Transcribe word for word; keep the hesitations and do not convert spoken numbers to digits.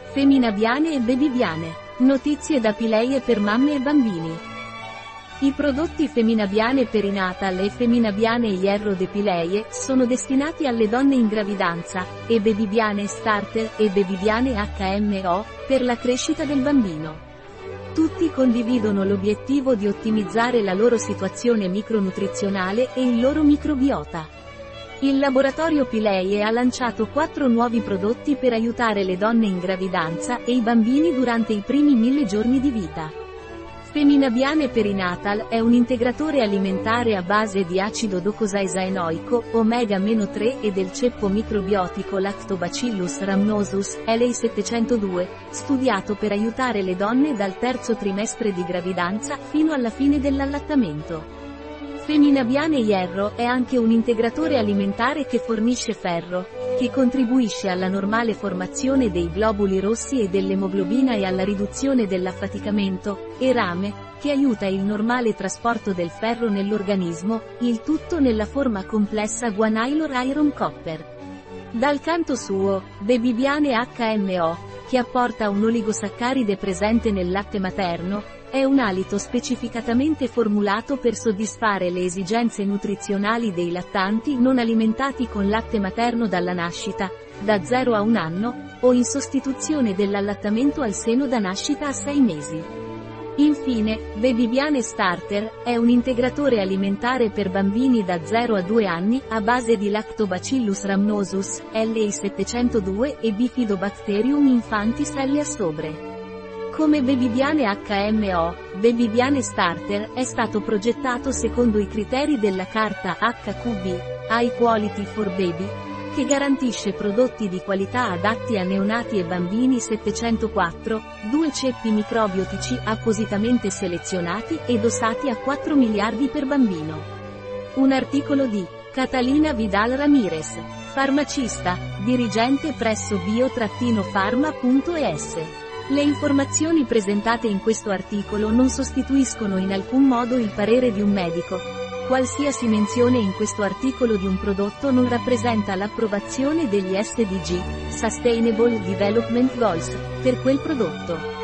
Feminabiane e Babybiane. Notizie da Pileie per mamme e bambini. I prodotti Feminabiane Perinatal e Feminabiane Hierro de Pileie sono destinati alle donne in gravidanza, e Babybiane Starter e Babybiane H M O, per la crescita del bambino. Tutti condividono l'obiettivo di ottimizzare la loro situazione micronutrizionale e il loro microbiota. Il laboratorio Pileie ha lanciato quattro nuovi prodotti per aiutare le donne in gravidanza e i bambini durante i primi mille giorni di vita. Feminabiane Perinatal è un integratore alimentare a base di acido docosahexaenoico, omega tre e del ceppo microbiotico Lactobacillus rhamnosus, L I settecentodue, studiato per aiutare le donne dal terzo trimestre di gravidanza fino alla fine dell'allattamento. Feminabiane Hierro è anche un integratore alimentare che fornisce ferro, che contribuisce alla normale formazione dei globuli rossi e dell'emoglobina e alla riduzione dell'affaticamento, e rame, che aiuta il normale trasporto del ferro nell'organismo, il tutto nella forma complessa Guanylor Iron Copper. Dal canto suo, Babybiane H M O, che apporta un oligosaccaride presente nel latte materno, è un alito specificatamente formulato per soddisfare le esigenze nutrizionali dei lattanti non alimentati con latte materno dalla nascita, da zero a un anno, o in sostituzione dell'allattamento al seno da nascita a sei mesi. Infine, Babybiane Starter è un integratore alimentare per bambini da zero a due anni, a base di Lactobacillus rhamnosus, L I settecentodue e Bifidobacterium infantis L A sobre. Come Babybiane H M O, Babybiane Starter è stato progettato secondo i criteri della Carta H Q B, High Quality for Baby, che garantisce prodotti di qualità adatti a neonati e bambini settecentoquattro, due ceppi microbiotici appositamente selezionati e dosati a quattro miliardi per bambino. Un articolo di Catalina Vidal Ramirez, farmacista, dirigente presso bio-pharma punto es. Le informazioni presentate in questo articolo non sostituiscono in alcun modo il parere di un medico. Qualsiasi menzione in questo articolo di un prodotto non rappresenta l'approvazione degli S D G, Sustainable Development Goals, per quel prodotto.